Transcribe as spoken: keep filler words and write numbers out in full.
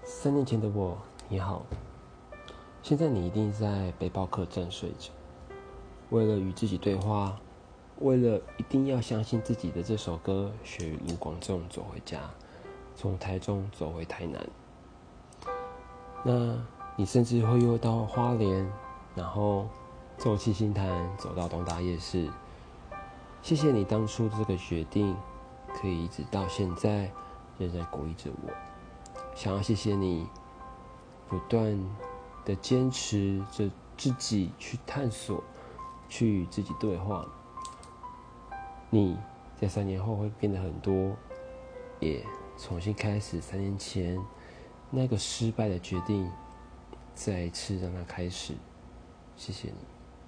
三年前的我，你好。现在你一定在背包客栈睡着，为了与自己对话，为了一定要相信自己的这首歌，学与卢广仲走回家，从台中走回台南。那你甚至会又到花莲，然后走七星潭，走到东大夜市。谢谢你当初这个决定，可以一直到现在仍然鼓励着我。想要谢谢你不断的坚持着自己去探索，去与自己对话。你在三年后会变得很多，也重新开始三年前那个失败的决定，再一次让它开始。谢谢你。